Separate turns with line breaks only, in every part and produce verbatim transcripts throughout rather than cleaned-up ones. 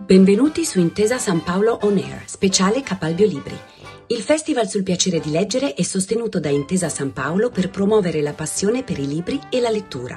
Benvenuti su Intesa San Paolo On Air, speciale Capalbio Libri. Il festival sul piacere di leggere è sostenuto da Intesa San Paolo per promuovere la passione per i libri e la lettura.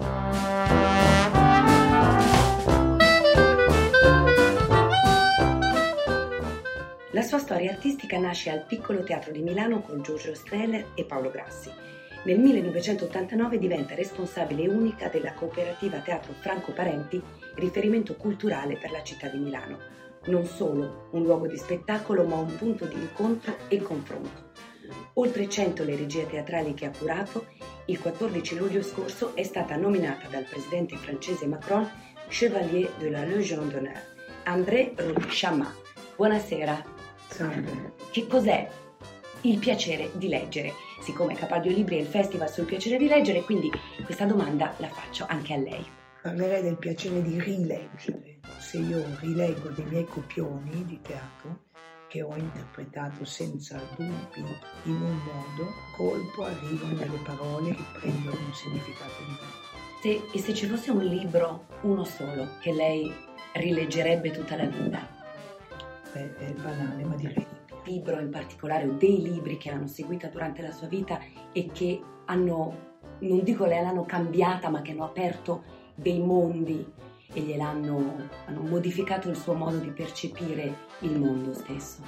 La sua storia artistica nasce al Piccolo Teatro di Milano con Giorgio Strehler e Paolo Grassi. Nel millenovecentottantanove diventa responsabile unica della cooperativa Teatro Franco Parenti, riferimento culturale per la città di Milano. Non solo un luogo di spettacolo, ma un punto di incontro e confronto. Oltre cento le regie teatrali che ha curato, il quattordici luglio scorso è stata nominata dal presidente francese Macron Chevalier de la Légion d'honneur. André Chamat. Buonasera.
Salve.
Che cos'è il piacere di leggere? Siccome Capalbio Libri è il festival sul piacere di leggere, quindi questa domanda la faccio anche a lei.
Parlerei del piacere di rileggere. Se io rileggo dei miei copioni di teatro che ho interpretato senza dubbi in un modo, colpo arrivano delle parole che prendono un significato diverso.
Se, e se ci fosse un libro, uno solo, che lei rileggerebbe tutta la vita?
Beh, è banale, ma direi di più.
Libro in particolare, o dei libri che l'hanno seguita durante la sua vita e che hanno, non dico le l'hanno cambiata, ma che hanno aperto dei mondi e gliel'hanno hanno modificato il suo modo di percepire il mondo stesso.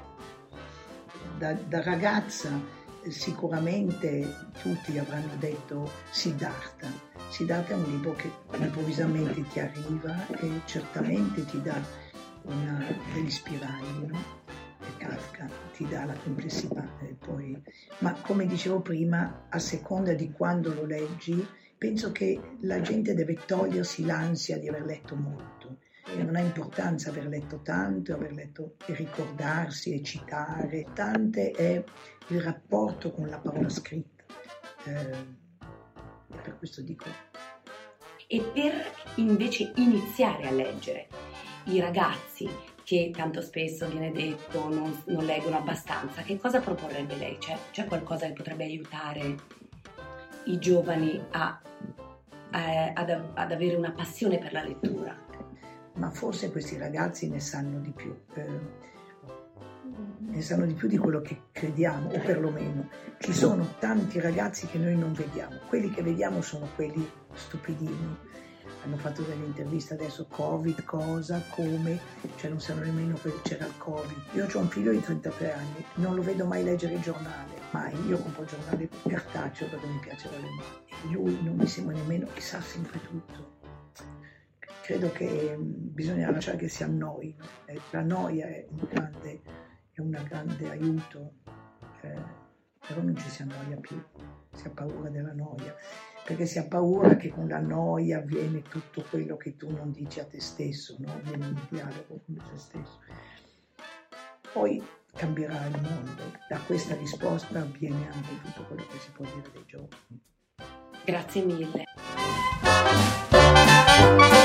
Da, da ragazza sicuramente tutti avranno detto Siddhartha. Siddhartha è un libro che improvvisamente ti arriva e certamente ti dà una, degli spiragli, no? Kafka ti dà la complessità e poi, ma come dicevo prima, a seconda di quando lo leggi, penso che la gente deve togliersi l'ansia di aver letto molto e non ha importanza aver letto tanto, aver letto e ricordarsi e citare, tante è il rapporto con la parola scritta, eh, e per questo dico.
E per invece iniziare a leggere, i ragazzi che tanto spesso viene detto non, non leggono abbastanza, che cosa proporrebbe lei? C'è, c'è qualcosa che potrebbe aiutare i giovani a, a, ad, ad avere una passione per la lettura?
Ma forse questi ragazzi ne sanno di più, eh, ne sanno di più di quello che crediamo, o perlomeno ci sono tanti ragazzi che noi non vediamo, quelli che vediamo sono quelli stupidini. Hanno fatto delle interviste adesso, Covid, cosa, come, cioè non sanno nemmeno che c'era il Covid. Io ho un figlio di trentatré anni, non lo vedo mai leggere il giornale, mai. Io compro il giornale cartaceo perché mi piace dalle mani. Lui non mi sembra nemmeno che sa sempre tutto. Credo che bisogna lasciare che si annoi. La noia è un grande, è un grande aiuto, eh, però non ci si annoia più, si ha paura della noia. Perché si ha paura che con la noia avviene tutto quello che tu non dici a te stesso, no? Viene un dialogo con te stesso. Poi cambierà il mondo. Da questa risposta avviene anche tutto quello che si può dire dei giovani.
Grazie mille.